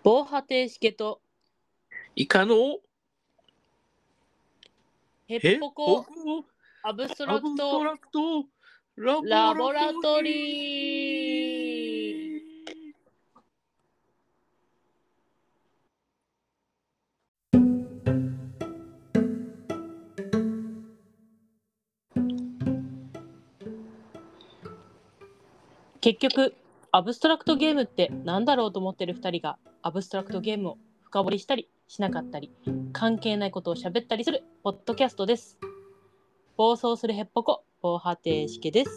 防波堤式とイカのヘッポココアブストアブスラクトトラクトララボボラトラトリリー。 ー。 結局アブストラクトゲームって何だろうと思ってる2人がアブストラクトゲームを深掘りしたりしなかったり関係ないことを喋ったりするポッドキャストです。暴走するヘッポコ防波堤式です。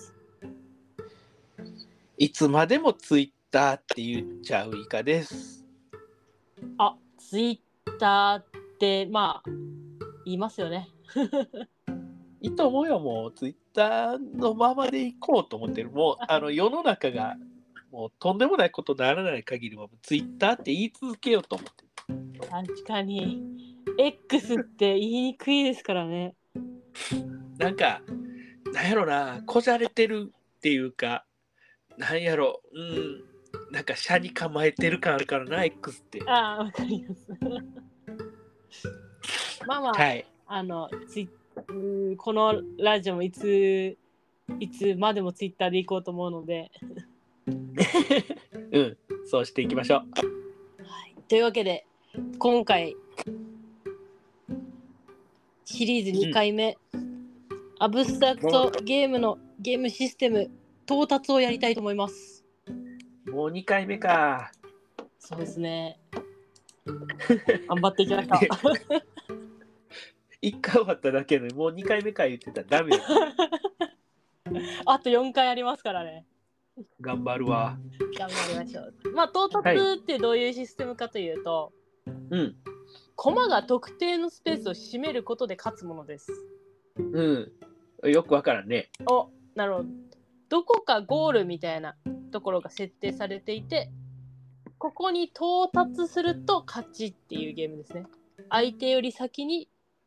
いつまでもツイッターって言っちゃうイカです。 あ、ツイッターってまあ言いますよね。 いいと思うよ。もうツイッターのままでいこうと思ってる。もう世の中がもうとんでもないことにならない限りはツイッターって言い続けようと思ってる。 確かに X って言いにくいですからね。 なんかなんやろな、こじゃれてるっていうか、なんやろ、なんか車に構えてる感あるからな、X って。 ああ、わかります。まあまあ、 はい。 このラジオもいつまでもツイッターで行こうと思うので、 そうしていきましょう。 はい、というわけで今回シリーズ2回目、アブストラクトゲームのゲームシステム到達をやりたいと思います。 もう2回目か。 そうですね。頑張っていきました。 1回終わっただけでもう2回目か言ってたらダメよ。 あと4回ありますからね。 頑張るわ。 頑張りましょう。まあ到達ってどういうシステムかというと、コマが特定のスペースを占めることで勝つものです。 よくわからんね。 お、なるほど。どこかゴールみたいなところが設定されていて、ここに到達すると勝ちっていうゲームですね。相手より先に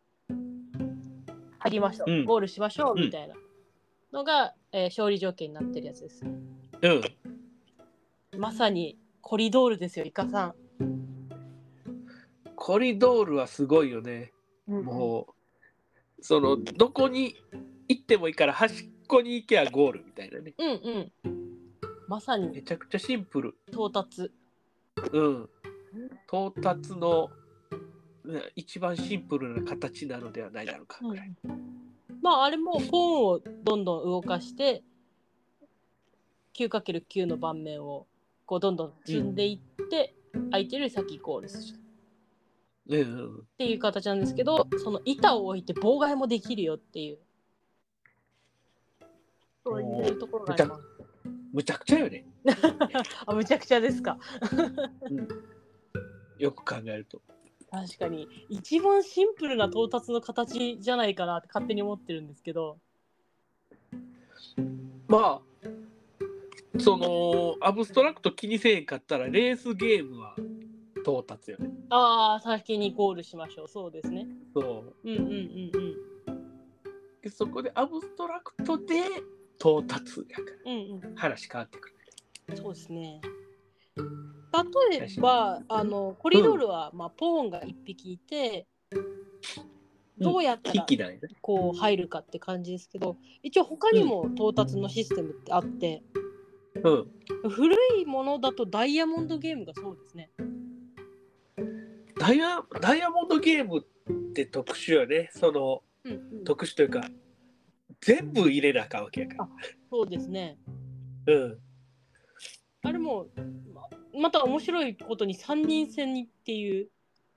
入りましょう、ゴールしましょうみたいなのが、勝利条件になってるやつです。まさにコリドールですよ、イカさん。 コリドールはすごいよね。もうどこに行ってもいいから端っこに行けばゴールみたいなね。 まさにめちゃくちゃシンプル。 到達。 到達の一番シンプルな形なのではないだろうかぐらい。 まああれもポンをどんどん動かして 9×9 の盤面をこうどんどん積んでいって、相手より先ゴールするっていう形なんですけど、その板を置いて妨害もできるよっていう、そういうところがあります。 むちゃくちゃよね。 あ、むちゃくちゃですか。 よく考えると確かに一番シンプルな到達の形じゃないかなって勝手に思ってるんですけど、 まあそのアブストラクト気にせえんかったらレースゲームは到達よね。 ああ、先にゴールしましょう。そうですね。 そこでアブストラクトで到達やから、話変わってくる。 そうですね。例えばコリドールは、ポーンが1匹いて、どうやったらこう入るかって感じですけど、一応他にも到達のシステムってあって、古いものだとダイヤモンドゲームがそうですね。 ダイヤモンドゲームって特殊よね。特殊というか全部入れなあかんわけやから。 そうですね。あれもまた面白いことに3人戦にっていう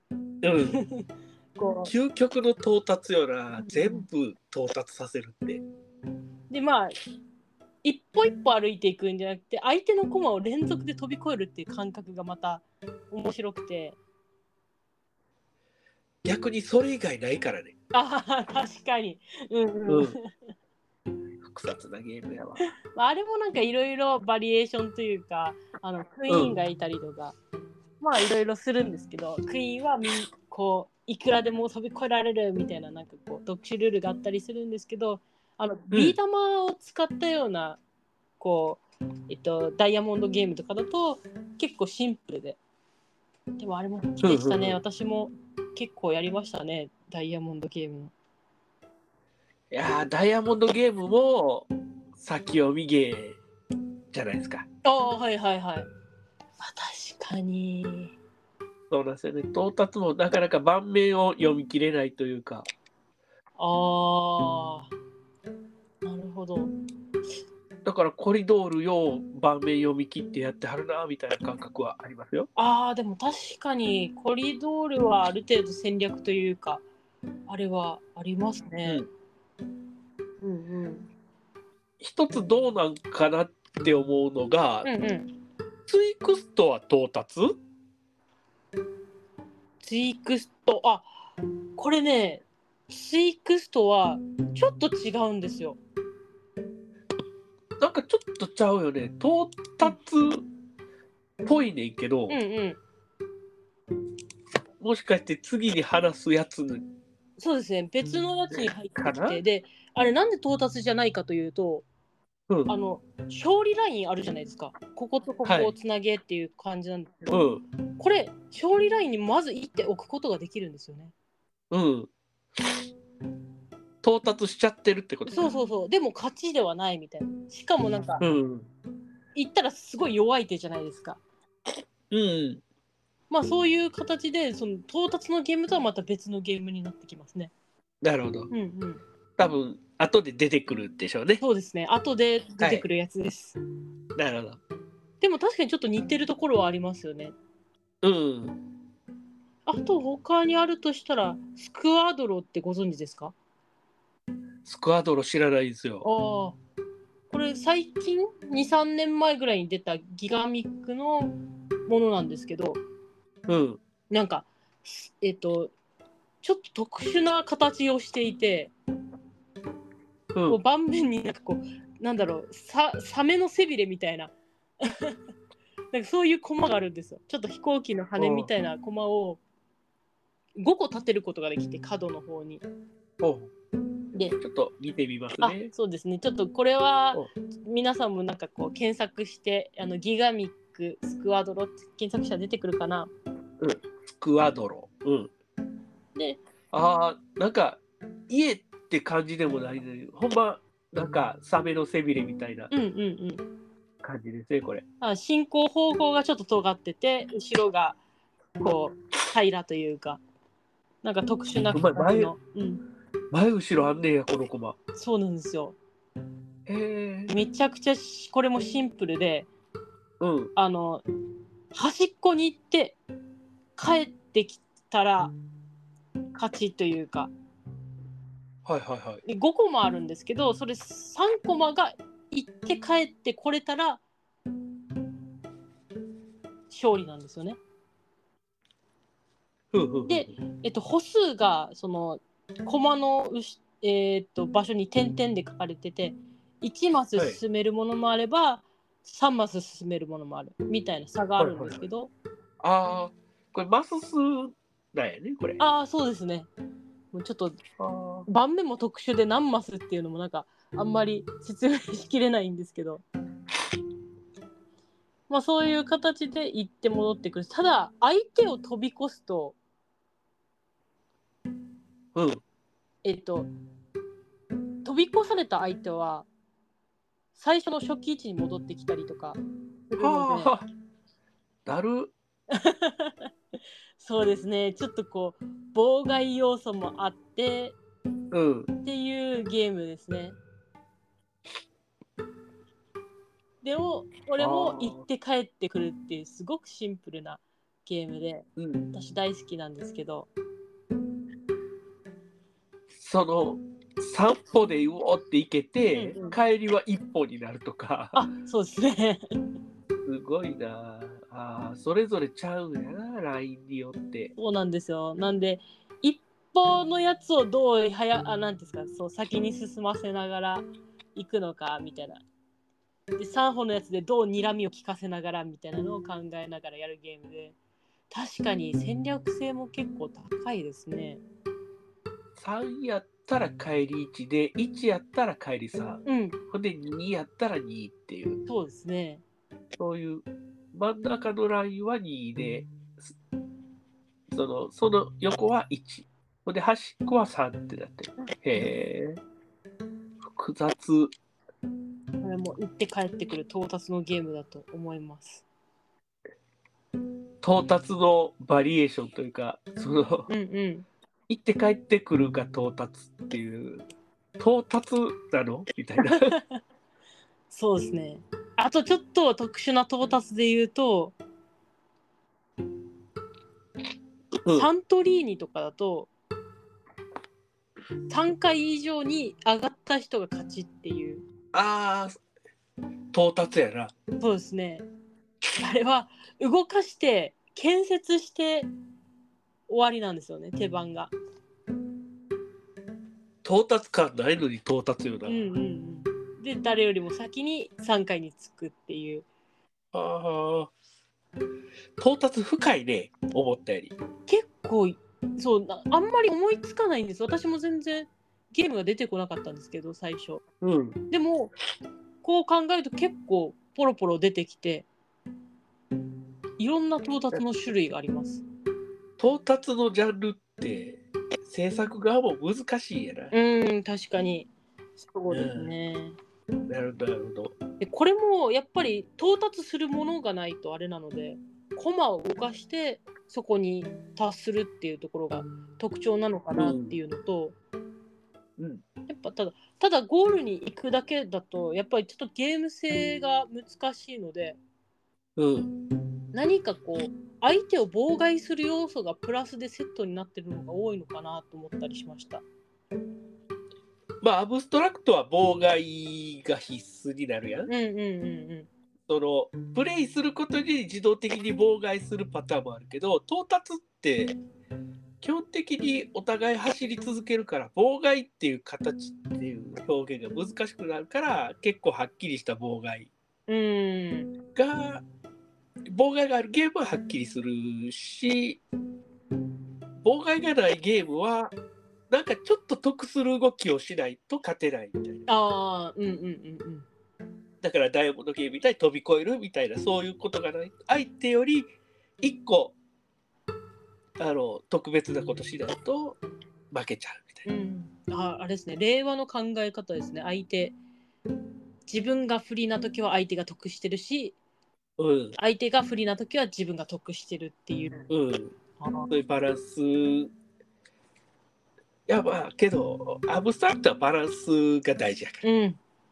究極の到達よな。全部到達させるって。 で一歩一歩歩いていくんじゃなくて、相手の駒を連続で飛び越えるっていう感覚がまた面白くて、 逆にそれ以外ないからね。 確かに。 複雑なゲームやわ。 あれもなんかいろいろバリエーションというか、クイーンがいたりとか、いろいろするんですけど、クイーンはこういくらでも飛び越えられるみたいな、なんかこう特殊ルールがあったりするんですけど、ビー玉を使ったようなこう、ダイヤモンドゲームとかだと結構シンプルで、でもあれも好きでしたね。私も結構やりましたね、ダイヤモンドゲーム。 いやダイヤモンドゲームも先読みゲーじゃないですか。 ああ、はいはいはい。確かに。 そうなんですよね。到達もなかなか盤面を読み切れないというか。 ああ、なるほど。 だからコリドールを盤面読み切ってやってはるなみたいな感覚はありますよ。 ああ、でも確かにコリドールはある程度戦略というか、あれはありますね。うんうん。 一つどうなんかなって思うのが、ツイクストは到達？ ツイクスト、あ、これね、ツイクストはちょっと違うんですよ。 なんかちょっとちゃうよね。到達っぽいねんけど、もしかして次に話すやつそうですね、別のやつに入ってきて、で、あれなんで到達じゃないかというと、勝利ラインあるじゃないですか。こことここをつなげっていう感じなんですけど、これ勝利ラインにまず1手置くことができるんですよね。 到達しちゃってるってこと。 そうそうそう。でも勝ちではないみたいな。しかもなんか、言ったらすごい弱い手じゃないですか。まあそういう形でその到達のゲームとはまた別のゲームになってきますね。 なるほど。多分後で出てくるでしょうね。 そうですね。後で出てくるやつです。 なるほど。 でも確かにちょっと似てるところはありますよね。あと他にあるとしたらスクワドロってご存知ですか？ スクワドロ知らないんですよ。 これ最近 2,3 年前ぐらいに出たギガミックのものなんですけど、なんかちょっと特殊な形をしていて、こう盤面になんかこうなんだろうサメの背びれみたいななんかそういうコマがあるんですよ。ちょっと飛行機の羽みたいなコマを5個立てることができて、角の方に。 でちょっと見てみますね。 そうですね。ちょっとこれは皆さんもなんかこう検索してギガミックスクワドロって検索したら出てくるかな。 スクワドロ。 で、 なんか家って感じでもないのに、ほんまなんかサメの背びれみたいな感じですね、これ。 進行方向がちょっと尖ってて、後ろがこう平らというか、なんか特殊な形の。 前後ろあんねや、このコマ。 そうなんですよ。めちゃくちゃこれもシンプルで、端っこに行って帰ってきたら勝ちというか、5個もあるんですけど、それ3コマが行って帰ってこれたら勝利なんですよね。で、歩数がそのコマの場所に点々で書かれてて、1マス進めるものもあれば、3マス進めるものもあるみたいな差があるんですけど、 これマス数だよね、これ。 そうですね。もうちょっと盤面も特殊で何マスっていうのもなんかあんまり説明しきれないんですけど、まあそういう形で行って戻ってくる。ただ相手を飛び越すと、飛び越された相手は最初の初期位置に戻ってきたりとかするので、 だるそうですね、ちょっとこう妨害要素もあって、っていうゲームですね。でもこれも行って帰ってくるっていうすごくシンプルなゲームで、私大好きなんですけど、 その3歩でうおっていけて、帰りは1歩になるとか。 そうですね。 すごいな。それぞれちゃうんやな、ラインによって。 そうなんですよ。なんで一歩のやつをどうなんですか、そう先に進ませながら行くのかみたいな。で3歩のやつでどう睨みを利かせながらみたいなのを考えながらやるゲームで、確かに戦略性も結構高いですね。 3やったら帰り1で、1やったら帰り3、ほんで2やったら2っていう。 そうですね。 そういう真ん中のラインは2で、 その横は1。で、端っこは3ってなってる。へえ。複雑。 これも行って帰ってくる到達のゲームだと思います。 到達のバリエーションというか、行って帰ってくるが到達っていう、到達なのみたいな。 そうですね。あとちょっと特殊な到達で言うと、サントリーニとかだと3回以上に上がった人が勝ちっていう。 ああ、到達やな。 そうですね。あれは動かして建設して終わりなんですよね、手番が。 到達感ないのに到達よな。 で、誰よりも先に3回につくっていう。 ああ、到達深いね、思ったより。 結構そうあんまり思いつかないんです。私も全然ゲームが出てこなかったんですけど最初。でもこう考えると結構ポロポロ出てきて、いろんな到達の種類があります。 到達のジャンルって制作側も難しいやな。 確かにそうですね。 なるほどなるほど。 でこれもやっぱり到達するものがないとあれなので、コマを動かしてそこに達するっていうところが特徴なのかなっていうのと、やっぱただゴールに行くだけだとやっぱりちょっとゲーム性が難しいので、何かこう相手を妨害する要素がプラスでセットになってるのが多いのかなと思ったりしました。 まあアブストラクトは妨害が必須になるやん。プレイすることに自動的に妨害するパターンもあるけど、到達って基本的にお互い走り続けるから妨害っていう形っていう表現が難しくなるから、結構はっきりした妨害があるゲームははっきりするし、妨害がないゲームはなんかちょっと得する動きをしないと勝てないみたいな。だからダイヤモンドゲームみたいに飛び越えるみたいな、そういうことがない。相手より1個特別なことしないと負けちゃうみたいな。 あれですね、令和の考え方ですね。自分が不利な時は相手が得してるし、相手が不利な時は自分が得してるっていう。 そういうバランス。いやまあけどアブストラクトはバランスが大事やから。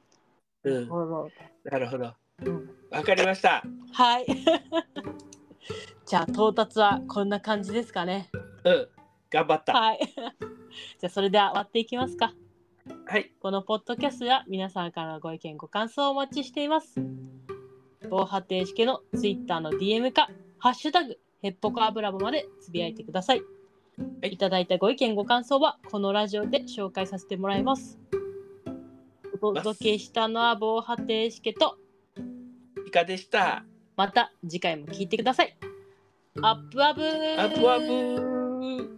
なるほど。わかりました。 はい。じゃあ到達はこんな感じですかね。 頑張った。 はい。じゃあそれでは終わっていきますか。 はい。 このポッドキャストでは皆さんからのご意見ご感想をお待ちしています。防波堤式のツイッターの DM かハッシュタグヘッポコアブラボまでつぶやいてください。いただいたご意見ご感想はこのラジオで紹介させてもらいます。お届けしたのは防波堤式といかでした。 また次回も聞いてください。アップアブー。